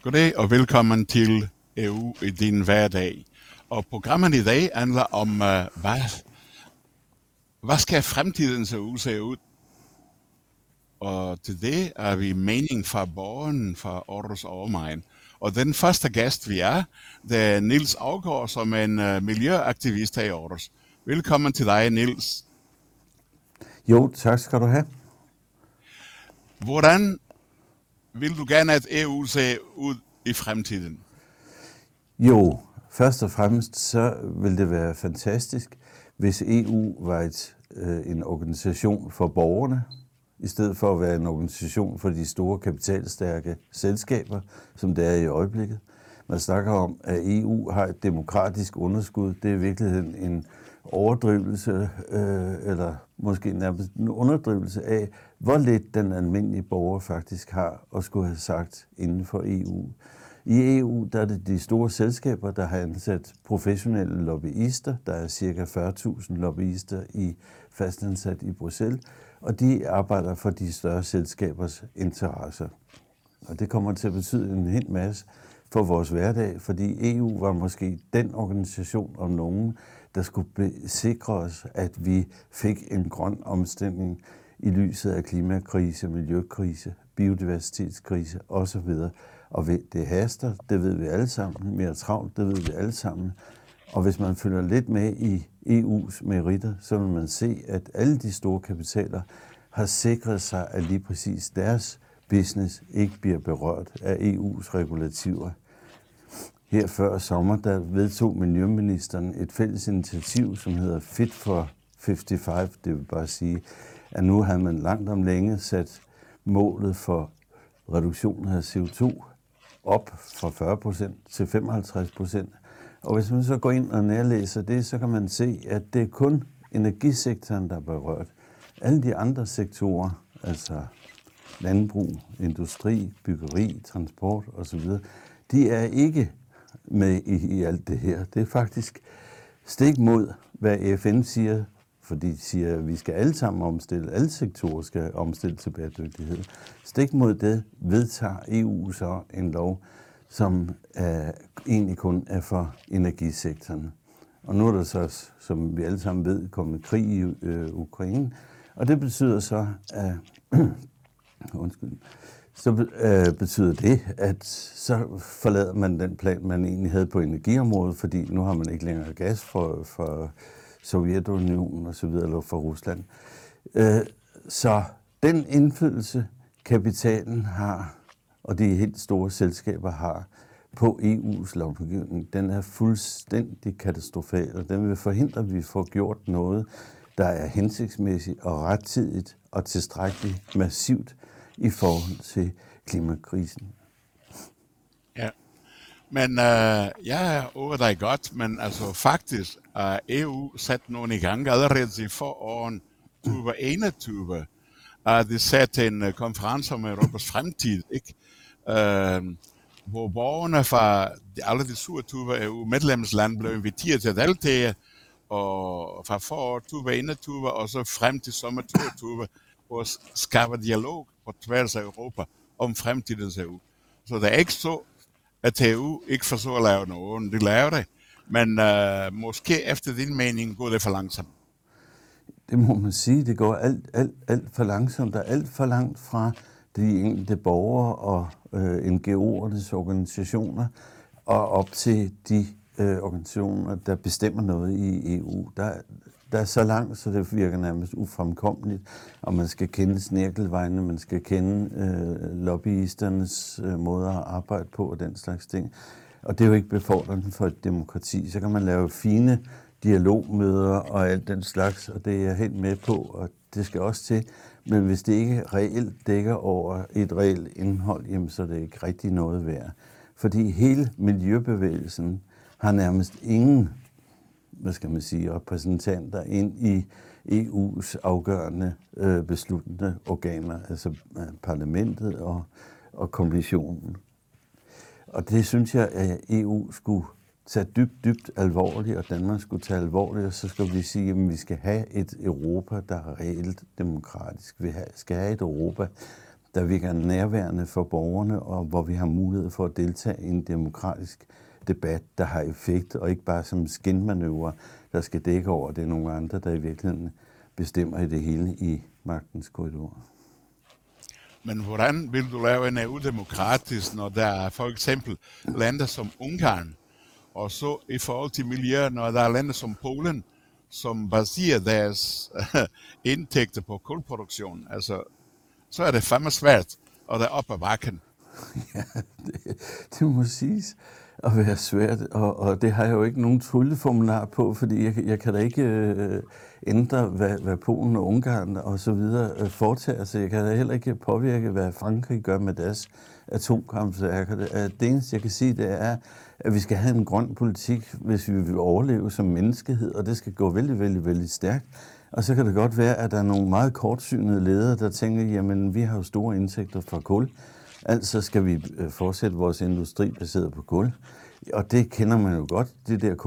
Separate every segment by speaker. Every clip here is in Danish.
Speaker 1: Goddag og velkommen til EU i din hverdag. Og programmet i dag handler om, hvad skal fremtiden se ud? Og til det er vi mening fra borgeren fra Aarhus og omegn. Og den første gæst vi er, det er Niels Aagaard, som er en miljøaktivist her i Aarhus. Velkommen til dig, Niels.
Speaker 2: Jo, tak skal du have.
Speaker 1: Hvordan vil du gerne, at EU ser ud i fremtiden?
Speaker 2: Jo, først og fremmest så vil det være fantastisk, hvis EU var en organisation for borgerne, i stedet for at være en organisation for de store kapitalstærke selskaber, som det er i øjeblikket. Man snakker om, at EU har et demokratisk underskud. Det er i virkeligheden en overdrivelse, eller måske nærmest en underdrivelse af, hvor lidt den almindelige borger faktisk har at skulle have sagt inden for EU. I EU der er det de store selskaber, der har ansat professionelle lobbyister. Der er ca. 40.000 lobbyister fastansat i Bruxelles, og de arbejder for de større selskabers interesser. Og det kommer til at betyde en hel masse for vores hverdag, fordi EU var måske den organisation om nogen, der skulle sikre os, at vi fik en grøn omstilling i lyset af klimakrise, miljøkrise, biodiversitetskrise osv. Og det haster, det ved vi alle sammen. Mere travlt, det ved vi alle sammen. Og hvis man følger lidt med i EU's meritter, så vil man se, at alle de store kapitaler har sikret sig, at lige præcis deres business ikke bliver berørt af EU's regulativer. Her før sommer, der vedtog miljøministeren et fælles initiativ, som hedder Fit for 55. Det vil bare sige, at nu har man langt om længe sat målet for reduktion af CO2 op fra 40% til 55%. Og hvis man så går ind og nærlæser det, så kan man se, at det er kun energisektoren, der er berørt. Alle de andre sektorer, altså landbrug, industri, byggeri, transport osv., de er ikke med i alt det her. Det er faktisk stik mod, hvad FN siger, fordi de siger, at vi skal alle sammen omstille, alle sektorer skal omstille til bæredygtighed. Stik mod det vedtager EU så en lov, som egentlig kun er for energisektoren. Og nu er der så, som vi alle sammen ved, kommet krig i Ukraine, og det betyder så, at betyder det, at så forlader man den plan, man egentlig havde på energiområdet, fordi nu har man ikke længere gas for Sovjetunionen og så videre, eller for Rusland. Så den indflydelse, kapitalen har, og de helt store selskaber har på EU's lovgivning, den er fuldstændig katastrofal, og den vil forhindre, at vi får gjort noget, der er hensigtsmæssigt og rettidigt og tilstrækkeligt massivt i forhold til klimakrisen.
Speaker 1: Ja, men jeg er over dig godt, men altså faktisk har EU sat nogen i gang allerede i foråren 2021. De satte en konference om Europas fremtid, ikke? Hvor borgerne fra alle de 27 EU-medlemslande blev inviteret til at deltage, og fra foråret 2021 og så frem til sommer 2022, hvor skaber dialog på tværs af Europa om fremtidens EU. Så det er ikke så, at EU ikke forsøger at lave noget. De laver det, men måske efter din mening går det for langsomt.
Speaker 2: Det må man sige. Det går alt for langsomt. Der er alt for langt fra de enkelte borgere og NGO'ernes organisationer og op til de organisationer, der bestemmer noget i EU. Der er så langt, så det virker nærmest ufremkommeligt, og man skal kende snirkelvejene, man skal kende lobbyisternes måder at arbejde på og den slags ting. Og det er jo ikke befordrende for et demokrati. Så kan man lave fine dialogmøder og alt den slags, og det er jeg helt med på, og det skal også til. Men hvis det ikke reelt dækker over et reelt indhold, jamen, så er det ikke rigtig noget værd. Fordi hele miljøbevægelsen har nærmest ingen, repræsentanter ind i EU's afgørende besluttende organer, altså parlamentet og kommissionen. Og det synes jeg, at EU skulle tage dybt alvorligt, og Danmark skulle tage alvorligt, og så skal vi sige, at vi skal have et Europa, der er reelt demokratisk. Vi skal have et Europa, der virker nærværende for borgerne, og hvor vi har mulighed for at deltage i en demokratisk debat, der har effekt, og ikke bare som skinmanøvre, der skal dække over, det er nogle andre, der i virkeligheden bestemmer i det hele i magtens korridor.
Speaker 1: Men hvordan vil du lave en EU demokratisk, når der er for eksempel lande som Ungarn, og så i forhold til miljø, når der er lande som Polen, som baserer deres indtægter på kulproduktion, altså, så er det fandme svært, og der er op ad bakken.
Speaker 2: Ja, det må siges at være svært, og det har jeg jo ikke nogen trylleformular på, fordi jeg kan da ikke ændre, hvad Polen og Ungarn og så videre foretager sig. Jeg kan da heller ikke påvirke, hvad Frankrig gør med deres atomkampværker. Det eneste, jeg kan sige, det er, at vi skal have en grøn politik, hvis vi vil overleve som menneskehed, og det skal gå vældig, vældig, vældig stærkt. Og så kan det godt være, at der er nogle meget kortsynede ledere, der tænker, jamen, vi har jo store indtægter fra kul, altså skal vi fortsætte vores industri baseret på kul. Og det kender man jo godt, det der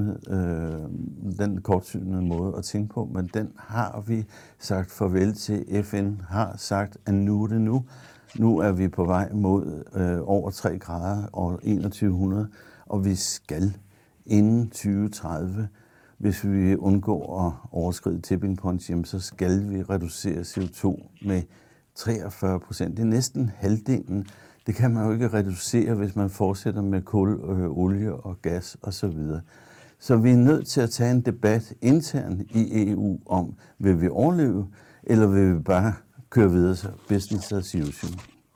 Speaker 2: den kortsynede måde at tænke på, men den har vi sagt farvel til. FN har sagt, at nu er det nu. Nu er vi på vej mod over 3 grader år 2100, og vi skal inden 2030, hvis vi vil undgå at overskride tipping point, så skal vi reducere CO2 med 43%. Det er næsten halvdelen. Det kan man jo ikke reducere, hvis man fortsætter med kul, olie og gas osv. Så vi er nødt til at tage en debat internt i EU om, vil vi overleve, eller vil vi bare køre videre så business as usual?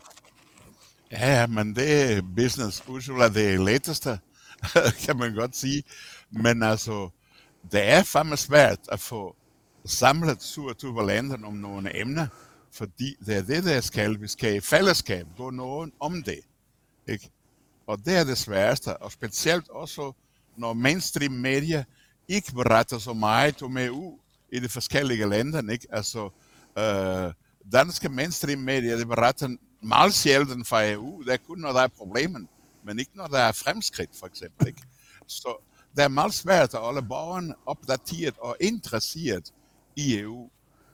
Speaker 1: Ja, men det er business usual er det letteste, kan man godt sige. Men altså, det er fandme svært at få samlet 27 lande om nogle emner, fordi det er det, der skal. Vi skal i fællesskab gå nogen om det. Ikke? Og det er det sværeste, og specielt også, når mainstream media ikke beretter så meget om EU i de forskellige lande. Ikke? Altså, danske mainstream media, de beretter meget sjældent fra EU. Det er kun, når der er problemer, men ikke når der er fremskridt, for eksempel. Ikke? Så det er meget svært at holde borgerne opdateret og interesseret i EU.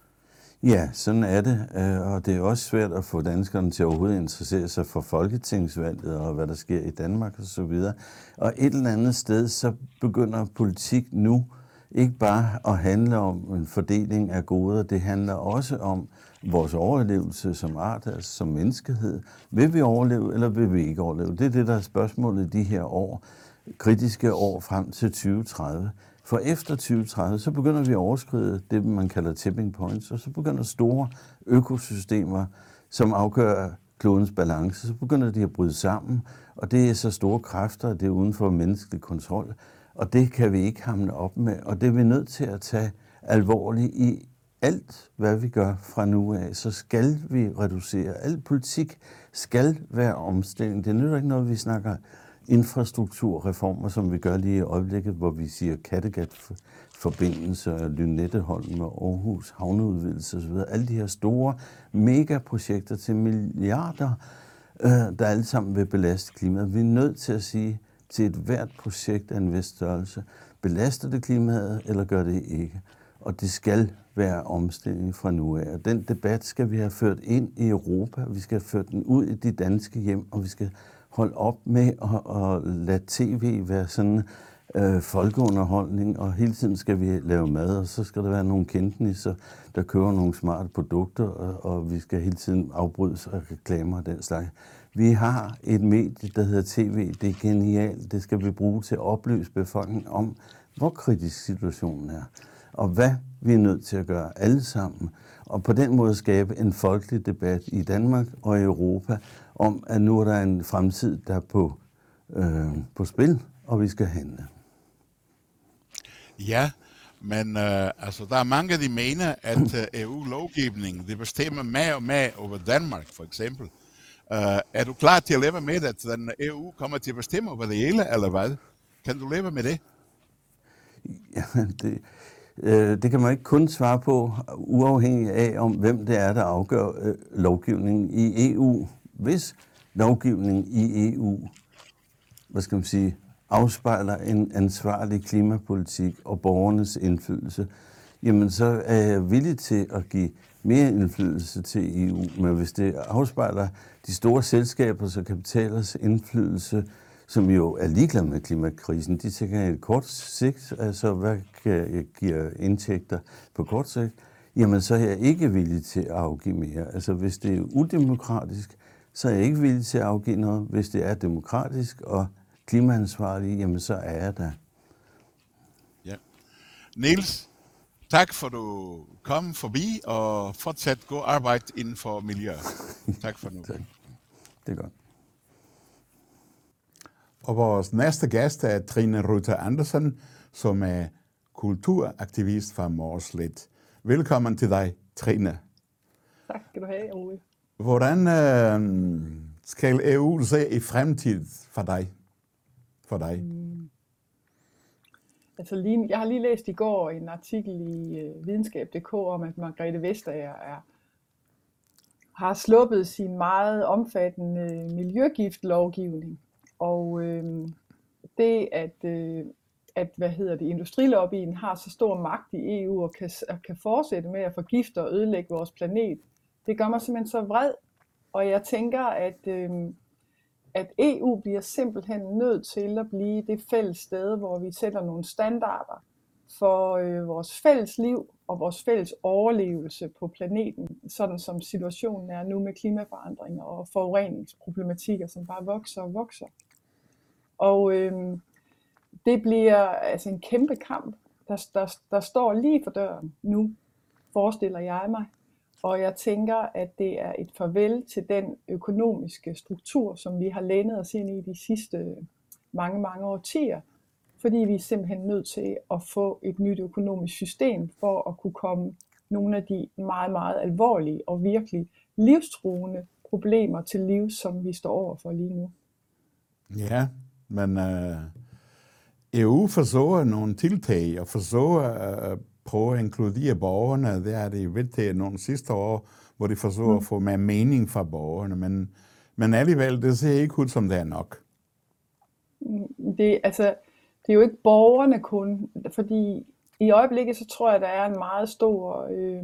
Speaker 2: Ja, sådan er det, og det er også svært at få danskerne til overhovedet at interessere sig for folketingsvalget og hvad der sker i Danmark og så videre. Og et eller andet sted, så begynder politik nu ikke bare at handle om en fordeling af goder, det handler også om vores overlevelse som art, altså som menneskehed. Vil vi overleve, eller vil vi ikke overleve? Det er det, der er spørgsmålet i de her år, kritiske år frem til 2030. For efter 2030, så begynder vi at overskride det, man kalder tipping points, og så begynder store økosystemer, som afgør klodens balance, så begynder de at bryde sammen, og det er så store kræfter, at det er uden for menneskelig kontrol, og det kan vi ikke hamle op med, og det er vi nødt til at tage alvorligt i alt, hvad vi gør fra nu af, så skal vi reducere. Al politik skal være omstilling. Det nytter ikke noget, vi snakker infrastrukturreformer, som vi gør lige i øjeblikket, hvor vi siger Kattegat-forbindelse, Lynetteholm og Aarhus havneudvidelse osv. Alle de her store megaprojekter til milliarder, der alle sammen vil belaste klimaet. Vi er nødt til at sige til et hvert projekt af en vis størrelse, belaster det klimaet, eller gør det ikke? Og det skal være omstilling fra nu af. Og den debat skal vi have ført ind i Europa, vi skal have ført den ud i de danske hjem, og vi skal holde op med at lade tv være sådan folkeunderholdning, og hele tiden skal vi lave mad, og så skal der være nogle kendtnisser, der køber nogle smarte produkter, og vi skal hele tiden afbrydes af reklamer og den slags. Vi har et medie, der hedder tv, det er genialt, det skal vi bruge til at oplyse befolkningen om, hvor kritisk situationen er, og hvad vi er nødt til at gøre alle sammen, og på den måde skabe en folkelig debat i Danmark og i Europa, om at nu er der en fremtid, der er på spil, og vi skal handle.
Speaker 1: Ja, men altså, der er mange, der mener, at EU-lovgivningen, det bestemmer mere og mere over Danmark, for eksempel. Er du klar til at leve med, at den EU kommer til at bestemme over det hele, eller hvad? Kan du leve med det?
Speaker 2: Ja, det kan man ikke kun svare på, uafhængig af, om hvem det er, der afgør lovgivningen i EU. Hvis lovgivningen i EU, afspejler en ansvarlig klimapolitik og borgernes indflydelse, jamen så er jeg villig til at give mere indflydelse til EU, men hvis det afspejler de store selskabers og kapitalers indflydelse, som jo er ligeglade med klimakrisen, de tænker i et kort sigt, altså hvad giver indtægter på kort sigt, jamen så er jeg ikke villig til at afgive mere. Altså hvis det er udemokratisk, så er jeg ikke villig til at afgive noget. Hvis det er demokratisk og klimaansvarlig, jamen så er jeg der.
Speaker 1: Ja. Niels, tak for du kom forbi og fortsat god arbejde inden for miljø. Tak for nu.
Speaker 2: Tak. Det er godt.
Speaker 3: Og vores næste gæst er Trine Rutter Andersen, som er kulturaktivist fra Mårslet. Velkommen til dig, Trine.
Speaker 4: Tak skal du have, Ole.
Speaker 3: Hvordan skal EU se i fremtiden for dig?
Speaker 4: Altså jeg har lige læst i går en artikel i videnskab.dk om, at Margrethe Vestager har sluppet sin meget omfattende miljøgiftlovgivning. Og det, at industrilobbyen har så stor magt i EU og kan fortsætte med at forgifte og ødelægge vores planet, det gør mig simpelthen så vred. Og jeg tænker, at EU bliver simpelthen nødt til at blive det fælles sted, hvor vi sætter nogle standarder for vores fælles liv og vores fælles overlevelse på planeten, sådan som situationen er nu med klimaforandringer og forureningsproblematikker, som bare vokser og vokser. Og det bliver altså en kæmpe kamp, der står lige for døren nu, forestiller jeg mig. Og jeg tænker, at det er et farvel til den økonomiske struktur, som vi har lænet os ind i de sidste mange, mange årtier. Fordi vi er simpelthen nødt til at få et nyt økonomisk system for at kunne komme nogle af de meget, meget alvorlige og virkelig livstruende problemer til liv, som vi står overfor lige nu.
Speaker 3: Ja, men EU forsøger nogle tiltag og forsøger at prøve at inkludere borgerne. Det er det vedtaget nogle sidste år, hvor de forsøger at få mere mening fra borgerne. Men alligevel, det ser ikke ud som det er nok.
Speaker 4: Det er jo ikke borgerne kun, fordi i øjeblikket så tror jeg, der er en meget stor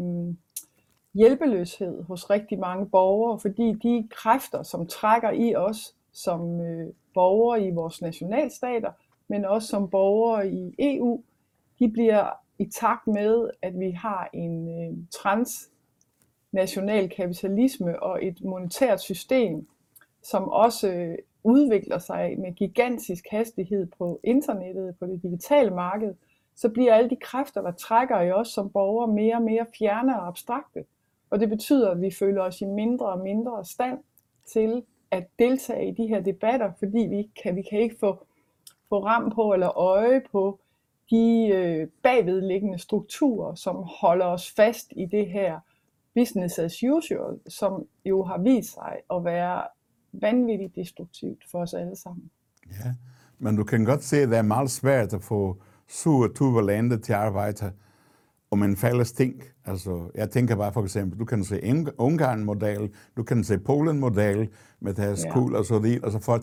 Speaker 4: hjælpeløshed hos rigtig mange borgere, fordi de kræfter, som trækker i os som borgere i vores nationalstater, men også som borgere i EU, de bliver i takt med, at vi har en transnational kapitalisme og et monetært system, som også udvikler sig med gigantisk hastighed på internettet, på det digitale marked, så bliver alle de kræfter, der trækker i os som borgere, mere og mere fjerne og abstrakte. Og det betyder, at vi føler os i mindre og mindre stand til at deltage i de her debatter, fordi vi kan ikke få ram på eller øje på de bagvedliggende strukturer, som holder os fast i det her business as usual, som jo har vist sig at være vanvittigt destruktivt for os alle sammen.
Speaker 3: Ja, men du kan godt se, at det er meget svært at få 27 lande til at arbejde om en fælles ting. Altså, jeg tænker bare for eksempel, du kan se Ungarn-model, du kan se Polen-model med deres skole og så videre, og så fort.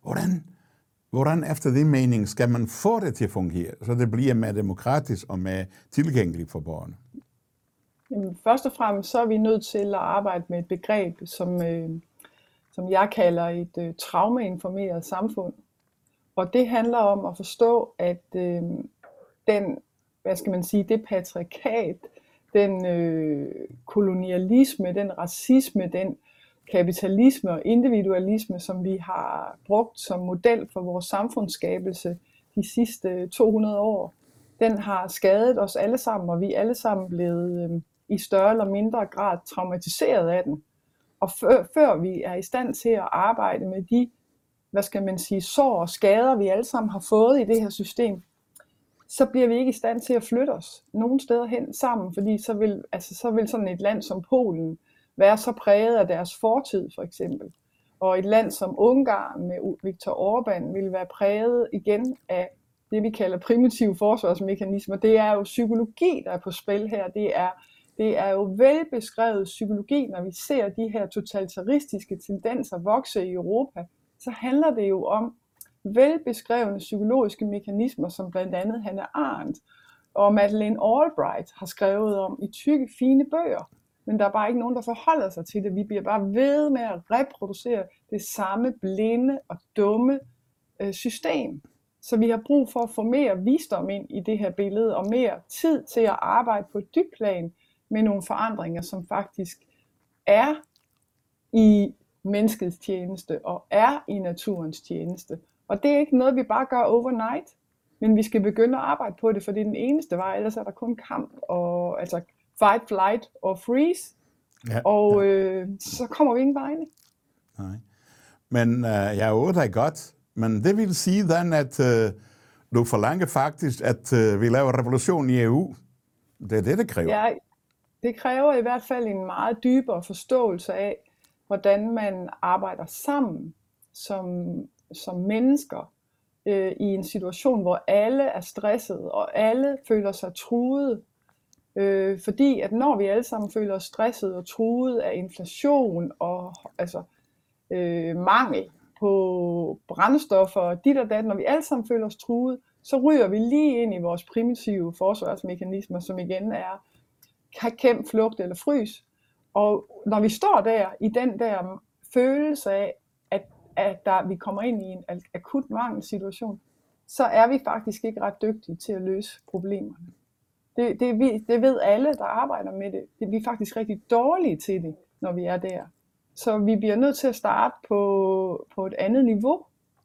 Speaker 3: Hvordan efter din mening skal man få det til at fungere, så det bliver mere demokratisk og mere tilgængeligt for borgerne?
Speaker 4: Jamen, først og fremmest så er vi nødt til at arbejde med et begreb, som jeg kalder et traumeinformeret samfund. Og det handler om at forstå, at det patriarkat, den kolonialisme, den racisme, den kapitalisme og individualisme, som vi har brugt som model for vores samfundsskabelse de sidste 200 år, den har skadet os alle sammen, og vi er alle sammen blevet i større eller mindre grad traumatiseret af den. Og før vi er i stand til at arbejde med de, sår og skader, vi alle sammen har fået i det her system, så bliver vi ikke i stand til at flytte os nogen steder hen sammen, fordi så vil sådan et land som Polen være så præget af deres fortid for eksempel. Og et land som Ungarn med Viktor Orbán vil være præget igen af det, vi kalder primitive forsvarsmekanismer. Det er jo psykologi, der er på spil her. Det er jo velbeskrevet psykologi, når vi ser de her totalitaristiske tendenser vokse i Europa, så handler det jo om velbeskrevne psykologiske mekanismer, som blandt andet Hannah Arendt og Madeleine Albright har skrevet om i tykke, fine bøger. men der er bare ikke nogen, der forholder sig til det. Vi bliver bare ved med at reproducere det samme blinde og dumme system. Så vi har brug for at få mere visdom ind i det her billede, og mere tid til at arbejde på et dybt plan med nogle forandringer, som faktisk er i menneskets tjeneste og er i naturens tjeneste. Og det er ikke noget, vi bare gør overnight, men vi skal begynde at arbejde på det, for det er den eneste vej, ellers er der kun kamp, og altså fight, flight og freeze, og så kommer vi ingen vegne.
Speaker 3: Nej. Men jeg håber dig godt, men det vil sige den, at du forlanger faktisk, at vi laver revolution i EU. Det er det kræver.
Speaker 4: Ja, det kræver i hvert fald en meget dybere forståelse af, hvordan man arbejder sammen som mennesker i en situation, hvor alle er stressede, og alle føler sig truede. Fordi at når vi alle sammen føler os stresset og truet af inflation og mangel på brændstoffer og dit og dat, når vi alle sammen føler os truet, så ryger vi lige ind i vores primitive forsvarsmekanismer, som igen er kæmp, flugt eller frys. Og når vi står der i den der følelse af, at vi kommer ind i en akut mangelsituation, så er vi faktisk ikke ret dygtige til at løse problemerne. Det ved alle, der arbejder med det. Vi er faktisk rigtig dårlige til det, når vi er der. Så vi bliver nødt til at starte på et andet niveau.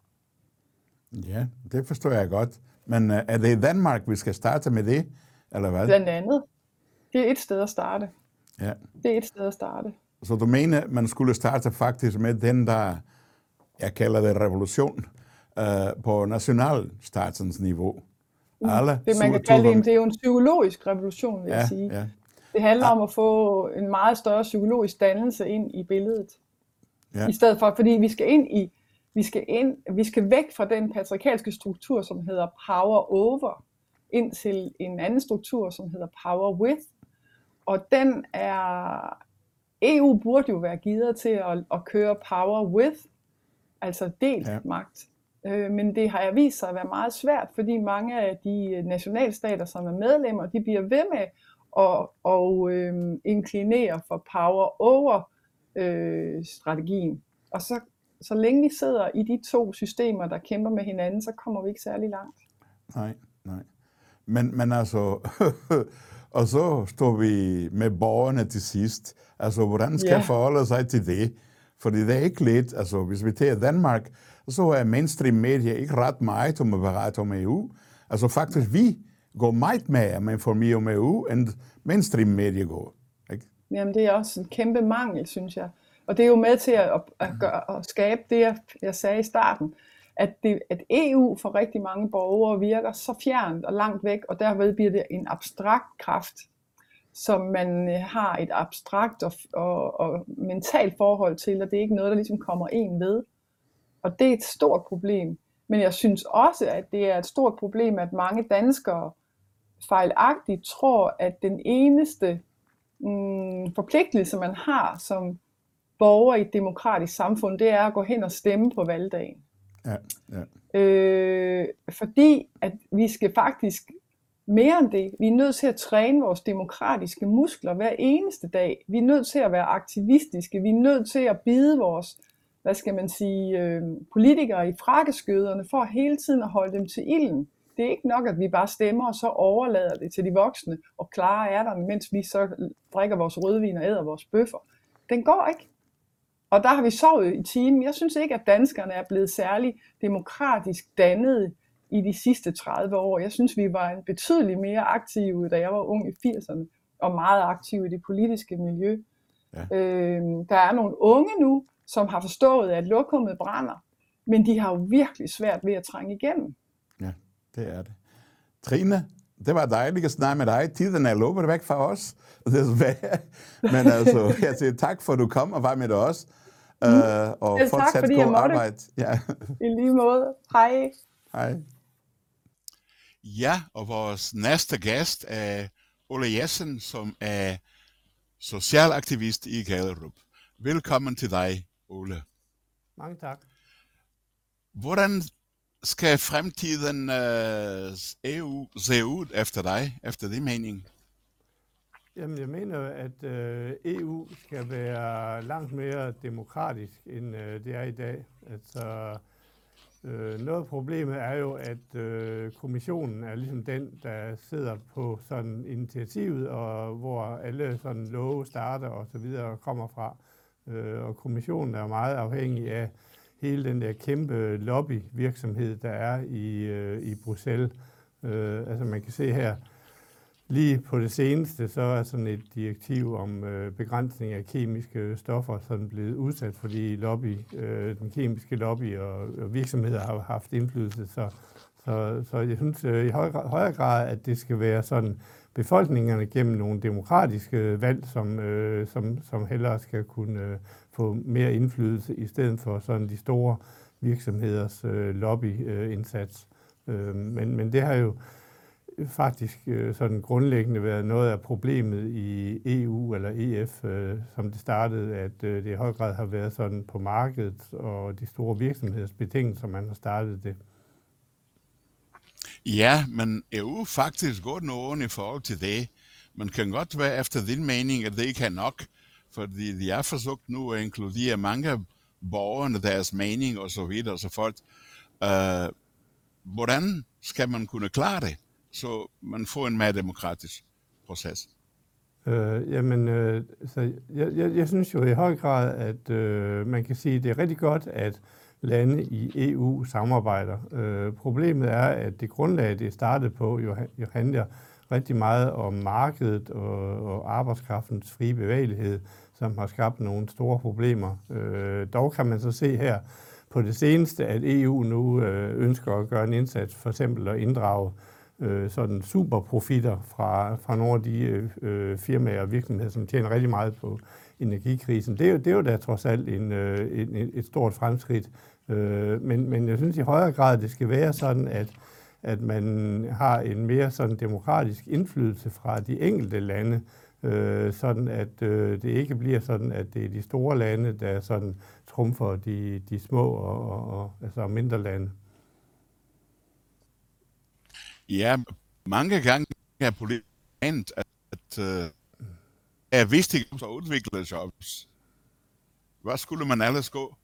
Speaker 3: Ja, det forstår jeg godt. Men er det i Danmark, vi skal starte med det, eller hvad?
Speaker 4: Blandt andet. Det er et sted at starte.
Speaker 3: Ja.
Speaker 4: Det er et sted at starte.
Speaker 3: Så du mener, man skulle starte faktisk med den, der, jeg kalder det revolution, på nationalstatens niveau. Alle
Speaker 4: det man kan kalde det er jo en psykologisk revolution, vil jeg sige.
Speaker 3: Ja.
Speaker 4: Det handler om at få en meget større psykologisk dannelse ind i billedet. Ja. I stedet for, fordi vi skal væk fra den patriarkalske struktur, som hedder power over, ind til en anden struktur, som hedder power with. Og den er, EU burde jo være givet til at køre power with, altså delt magt. Men det har vist sig at være meget svært, fordi mange af de nationalstater, som er medlemmer, de bliver ved med at inklinere for power over strategien. Og så længe vi sidder i de to systemer, der kæmper med hinanden, så kommer vi ikke særlig langt.
Speaker 3: Nej. Men altså, og så står vi med borgerne til sidst. Altså, hvordan skal forholde sig til det? Fordi det er ikke let. Altså, hvis vi tager Danmark, så er mainstream-medier ikke ret meget om at berette om EU. Altså faktisk, vi går meget mere med for mere om EU, end mainstream-medier går. Ikke?
Speaker 4: Jamen, det er også en kæmpe mangel, synes jeg. Og det er jo med til at skabe det, jeg sagde i starten, at EU for rigtig mange borgere virker så fjernt og langt væk, og derved bliver det en abstrakt kraft, som man har et abstrakt og mentalt forhold til, og det er ikke noget, der ligesom kommer en ved. Og det er et stort problem. Men jeg synes også, at det er et stort problem, at mange danskere fejlagtigt tror, at den eneste forpligtelse, man har som borger i et demokratisk samfund, det er at gå hen og stemme på valgdagen.
Speaker 3: Ja.
Speaker 4: Fordi at vi skal faktisk mere end det. Vi er nødt til at træne vores demokratiske muskler hver eneste dag. Vi er nødt til at være aktivistiske. Vi er nødt til at bide vores, politikere i frakkeskøderne for hele tiden at holde dem til ilden. Det er ikke nok, at vi bare stemmer, og så overlader det til de voksne og klarer ærterne, mens vi så drikker vores rødvin og æder vores bøffer. Den går ikke. Og der har vi sovet i timen. Jeg synes ikke, at danskerne er blevet særlig demokratisk dannet i de sidste 30 år. Jeg synes, vi var betydeligt mere aktive, da jeg var ung i 80'erne, og meget aktive i det politiske miljø. Ja. Der er nogle unge nu, som har forstået, at lokummet brænder, men de har jo virkelig svært ved at trænge igennem.
Speaker 3: Ja, det er det. Trine, det var dejligt at snakke med dig. Tiden er løbet væk fra os. Men altså, jeg siger tak for, at du kom og var med os. Og fortsat
Speaker 4: tak,
Speaker 3: god arbejde. Ja.
Speaker 4: I lige måde. Hej.
Speaker 3: Hej.
Speaker 1: Ja, og vores næste gæst er Ole Jessen, som er socialaktivist i Gellerup. Velkommen til dig, Ole.
Speaker 5: Mange tak.
Speaker 1: Hvordan skal fremtiden EU se ud efter dig, efter din mening?
Speaker 5: Jamen, jeg mener, at EU skal være langt mere demokratisk, end det er i dag. Altså, noget af problemet er jo, at kommissionen er ligesom den, der sidder på sådan initiativet, og hvor alle sådan love, starter og så videre kommer fra. Og kommissionen er meget afhængig af hele den der kæmpe lobbyvirksomhed, der er i Bruxelles. Altså man kan se her, lige på det seneste, så er sådan et direktiv om begrænsning af kemiske stoffer sådan blevet udsat, fordi den kemiske lobby og virksomheder har haft indflydelse. Så jeg synes i højere grad, at det skal være sådan befolkningerne gennem nogle demokratiske valg, som hellere skal kunne få mere indflydelse, i stedet for sådan de store virksomheders lobbyindsats. Men det har jo faktisk sådan grundlæggende været noget af problemet i EU eller EF, som det startede, at det i høj grad har været sådan på markedet og de store virksomheders betingelser, man har startet det.
Speaker 1: Ja, men EU faktisk går nogen i forhold til det. Man kan godt være efter din mening, at det ikke er nok, fordi de har forsøgt nu at inkludere mange borgerne, deres mening og så videre og så fort. Hvordan skal man kunne klare det, så man får en mere demokratisk proces?
Speaker 5: Jeg synes jo i høj grad, at man kan sige, at det er rigtig godt, at lande i EU samarbejder. Problemet er, at det grundlag, det startede på, jo handler rigtig meget om markedet og arbejdskraftens frie bevægelighed, som har skabt nogle store problemer. Dog kan man så se her på det seneste, at EU nu ønsker at gøre en indsats, for eksempel at inddrage sådan superprofitter fra nogle af de firmaer og virksomheder, som tjener rigtig meget på energikrisen. Det er jo da trods alt et stort fremskridt. Men jeg synes i højere grad, det skal være sådan, at man har en mere sådan demokratisk indflydelse fra de enkelte lande, sådan at det ikke bliver sådan, at det er de store lande, der sådan trumfer de små og altså mindre lande.
Speaker 1: Ja, mange gange er politik, at er vigtigt at udvikle jobs. Hvad skulle man ellers gå?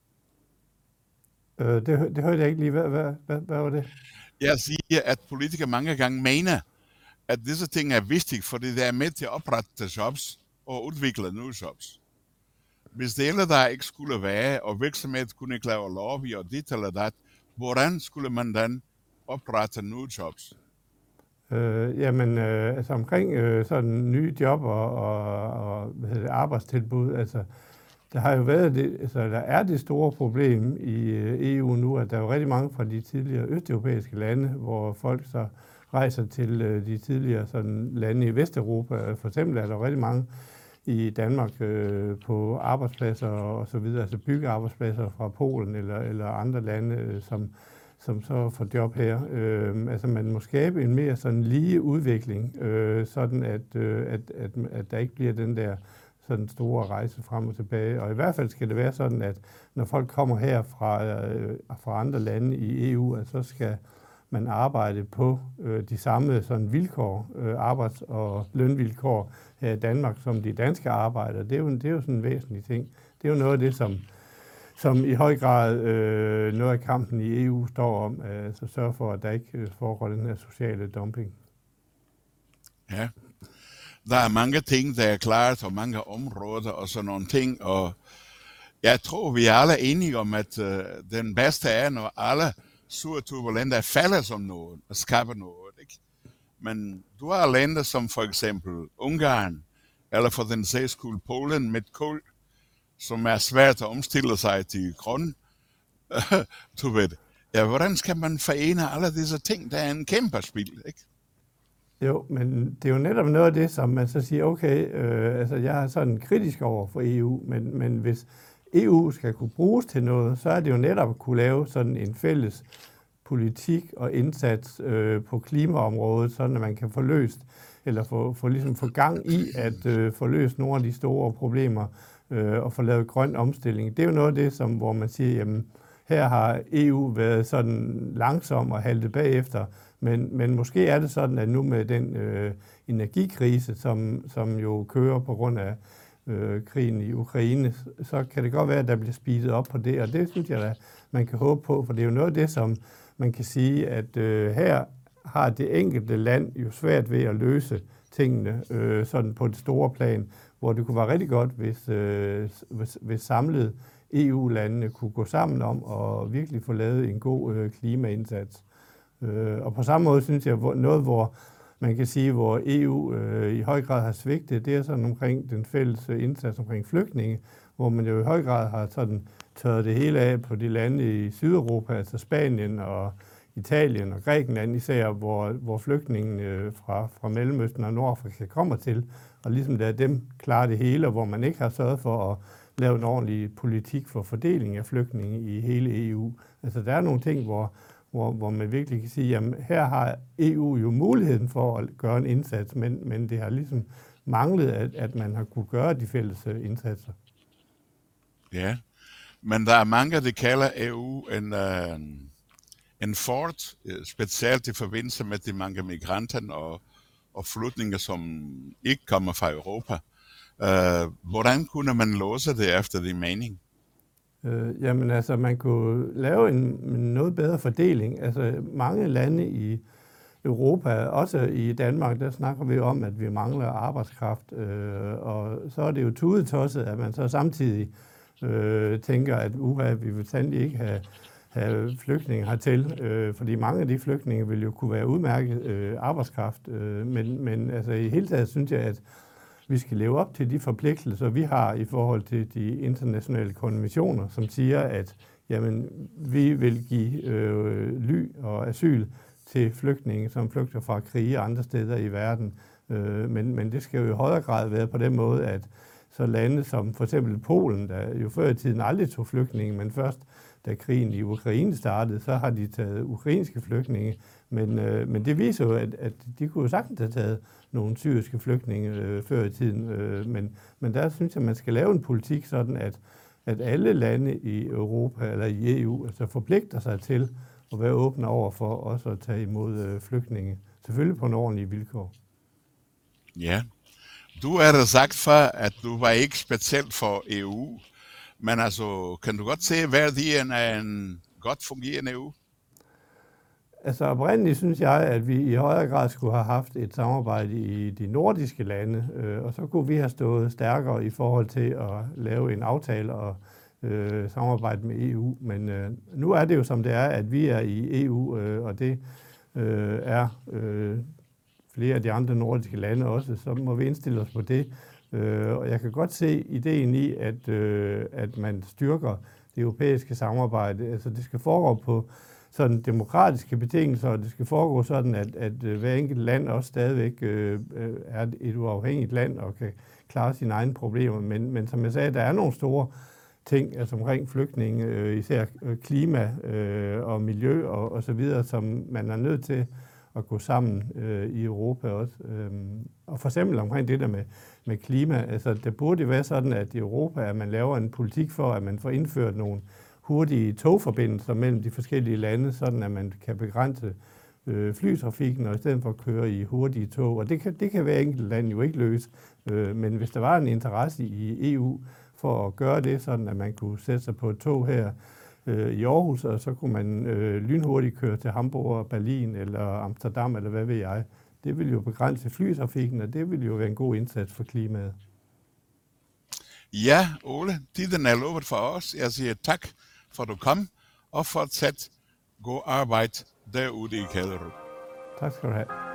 Speaker 5: Det hørte jeg ikke lige. Hvad var det?
Speaker 1: Jeg siger, at politikere mange gange mener, at disse ting er vigtige, fordi det er med til at oprette jobs og udvikle nye jobs. Hvis det eller der ikke skulle være, og virksomhed kunne ikke lave lobby og dit eller dat, hvordan skulle man dann oprette nye jobs?
Speaker 5: Altså omkring sådan nye job og arbejdstilbud, altså der har jo været det, altså der er det store problem i EU nu, at der er jo rigtig mange fra de tidligere østeuropæiske lande, hvor folk så rejser til de tidligere sådan lande i Vesteuropa. For eksempel er der rigtig mange i Danmark på arbejdspladser og så videre, altså byggearbejdspladser fra Polen eller andre lande, som så får job her. Altså man må skabe en mere sådan lige udvikling, sådan at der ikke bliver den der sådan store rejse frem og tilbage. Og i hvert fald skal det være sådan, at når folk kommer her fra andre lande i EU, at så skal man arbejde på de samme sådan vilkår, arbejds- og lønvilkår her i Danmark, som de danske arbejdere. Det er jo sådan en væsentlig ting. Det er jo noget af det, som i høj grad noget af kampen i EU står om, så sørge for, at der ikke foregår den her sociale dumping.
Speaker 1: Ja, der er mange ting, der er klart, og mange områder og sådan nogle ting, og jeg tror, vi er alle enige om, at den bedste er, når alle sure turbulenter falder som noget og skaber noget, ikke? Men du har lande som for eksempel Ungarn, eller for den sags skyld Polen med kul, som er svært at omstille sig til grøn. Du ved, ja, hvordan skal man forene alle disse ting? Der er en kæmpe spil, ikke?
Speaker 5: Jo, men det er jo netop noget af det, som man så siger, okay, altså jeg er sådan kritisk over for EU, men hvis EU skal kunne bruges til noget, så er det jo netop at kunne lave sådan en fælles politik og indsats på klimaområdet, sådan at man kan få løst, eller få gang i at få løst nogle af de store problemer og få lavet grøn omstilling. Det er jo noget af det, hvor man siger, jamen her har EU været sådan langsom og haltet bagefter Men måske er det sådan, at nu med den energikrise, som jo kører på grund af krigen i Ukraine, så kan det godt være, at der bliver speedet op på det, og det synes jeg da, man kan håbe på, for det er jo noget af det, som man kan sige, at her har det enkelte land jo svært ved at løse tingene sådan på det store plan, hvor det kunne være rigtig godt, hvis samlet EU-landene kunne gå sammen om og virkelig få lavet en god klimaindsats. Og på samme måde synes jeg, noget, hvor man kan sige, hvor EU i høj grad har svigtet, det er sådan omkring den fælles indsats omkring flygtninge, hvor man jo i høj grad har sådan tørret det hele af på de lande i Sydeuropa, altså Spanien og Italien og Grækenland især, hvor flygtningene fra Mellemøsten og Nordafrika kommer til, og ligesom lader dem klare det hele, og hvor man ikke har sørget for at lave en ordentlig politik for fordeling af flygtninge i hele EU. Altså der er nogle ting, hvor man virkelig kan sige, at her har EU jo muligheden for at gøre en indsats, men det har ligesom manglet, at man har kunne gøre de fælles indsatser.
Speaker 1: Ja, men der er mange, der kalder EU en fort, specielt i forbindelse med de mange migranter og flygtninge, som ikke kommer fra Europa. Hvordan kunne man løse det efter din mening?
Speaker 5: Jamen altså, man kunne lave en noget bedre fordeling. Altså mange lande i Europa, også i Danmark, der snakker vi om, at vi mangler arbejdskraft, og så er det jo tudetosset, at man så samtidig tænker, at vi vil sandelig ikke have flygtninge hertil, fordi mange af de flygtninge vil jo kunne være udmærket arbejdskraft, men altså i hele taget synes jeg, at vi skal leve op til de forpligtelser, vi har i forhold til de internationale konventioner, som siger, at jamen, vi vil give ly og asyl til flygtninge, som flygter fra krige andre steder i verden. Men det skal jo i højere grad være på den måde, at så lande som for eksempel Polen, der jo før i tiden aldrig tog flygtninge, men først da krigen i Ukraine startede, så har de taget ukrainske flygtninge. Men det viser jo, at de kunne jo sagtens have taget nogle syriske flygtninge før i tiden. Men der synes jeg, man skal lave en politik sådan, at alle lande i Europa eller i EU altså forpligter sig til at være åbne over for også at tage imod flygtninge. Selvfølgelig på en ordentlig vilkår.
Speaker 1: Ja, du har sagt før, at du var ikke specielt for EU, men altså, kan du godt se værdien af en godt fungerende EU?
Speaker 5: Altså oprindeligt synes jeg, at vi i højere grad skulle have haft et samarbejde i de nordiske lande, og så kunne vi have stået stærkere i forhold til at lave en aftale og samarbejde med EU. Men nu er det jo som det er, at vi er i EU, og det er flere af de andre nordiske lande også, så må vi indstille os på det. Og jeg kan godt se ideen i, at man styrker det europæiske samarbejde. Altså det skal foregå på sådan demokratiske betingelser, og det skal foregå sådan, at hver enkelt land også stadigvæk er et uafhængigt land og kan klare sine egne problemer. Men som jeg sagde, der er nogle store ting, altså omkring flygtninge, især klima og miljø og så videre, som man er nødt til at gå sammen i Europa også. Og for eksempel omkring det der med klima, altså det burde være sådan, at i Europa, at man laver en politik for, at man får indført nogle hurtige togforbindelser mellem de forskellige lande, sådan at man kan begrænse flytrafikken, og i stedet for at køre i hurtige tog. Og det kan hver enkelt land jo ikke løse. Men hvis der var en interesse i EU for at gøre det, sådan at man kunne sætte sig på et tog her i Aarhus, og så kunne man lynhurtigt køre til Hamburg, Berlin eller Amsterdam, eller hvad ved jeg. Det ville jo begrænse flytrafikken, og det ville jo være en god indsats for klimaet.
Speaker 1: Ja, Ole, tiden er lovet for os. Jeg siger tak for at du kom, og fortsat god arbejde derude i Kælderup.
Speaker 5: Tak skal du have.